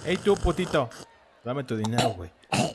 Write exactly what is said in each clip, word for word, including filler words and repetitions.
Ey, tú, putito. Dame tu dinero, güey.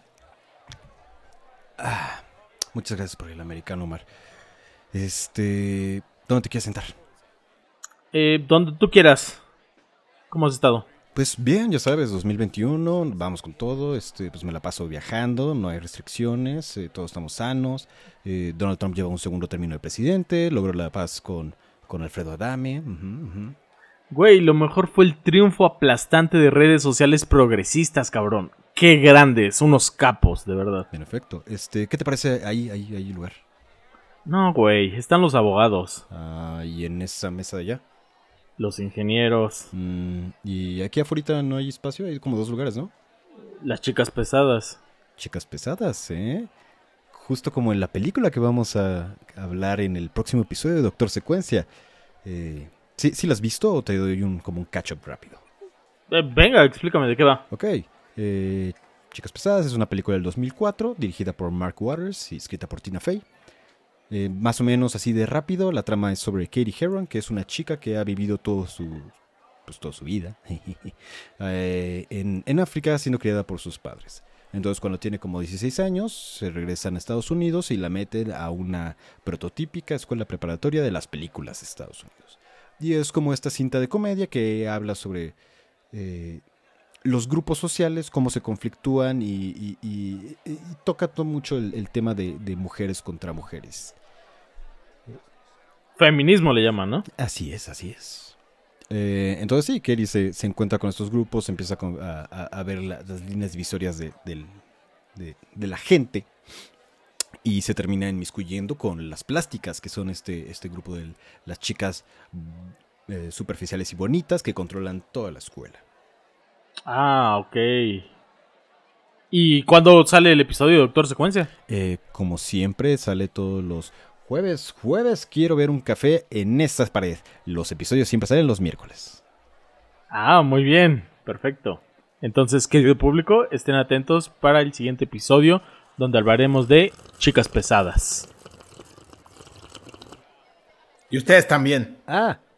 Ah, muchas gracias por el americano, Omar. Este... ¿Dónde te quieres sentar? Eh, donde tú quieras. ¿Cómo has estado? Pues bien, ya sabes, dos mil veintiuno, vamos con todo, este, pues me la paso viajando, no hay restricciones, eh, todos estamos sanos. eh, Donald Trump lleva un segundo término de presidente, logró la paz con, con Alfredo Adame. Uh-huh, uh-huh. Güey, lo mejor fue el triunfo aplastante de redes sociales progresistas, cabrón. Qué grandes, unos capos, de verdad. En efecto, este, ¿qué te parece ahí, ahí, ahí lugar? No, güey, están los abogados, Ah, y en esa mesa de allá. los ingenieros, Mm, y aquí afuera no hay espacio, hay como dos lugares, ¿no? las chicas pesadas. Chicas pesadas, ¿eh? Justo como en la película que vamos a hablar en el próximo episodio de Doctor Secuencia. Eh, ¿sí, ¿Sí la has visto o te doy un, como un catch-up rápido? Eh, venga, explícame de qué va. Ok. Eh, Chicas Pesadas es una película del dos mil cuatro, dirigida por Mark Waters y escrita por Tina Fey. Eh, más o menos así de rápido, la trama es sobre Katie Heron, que es una chica que ha vivido todo su, pues, toda su vida eh, en, en África, siendo criada por sus padres. Entonces, cuando tiene como dieciséis años, se regresan a Estados Unidos y la meten a una prototípica escuela preparatoria de las películas de Estados Unidos. Y es como esta cinta de comedia que habla sobre eh, los grupos sociales, cómo se conflictúan y, y, y, y toca todo mucho el, el tema de, de mujeres contra mujeres. Feminismo le llaman, ¿no? Así es, así es. Eh, entonces sí, Kerry se, se encuentra con estos grupos, empieza con, a, a, a ver la, las líneas divisorias de, de, de, de la gente y se termina inmiscuyendo con las plásticas, que son este, este grupo de las chicas eh, superficiales y bonitas que controlan toda la escuela. Ah, ok. ¿Y cuándo sale el episodio de Doctor Secuencia? Eh, como siempre, sale todos los jueves. Jueves quiero ver un café en estas paredes. Los episodios siempre salen los miércoles. Ah, muy bien, perfecto. Entonces, querido público, estén atentos para el siguiente episodio donde hablaremos de chicas pesadas. Y ustedes también. Ah,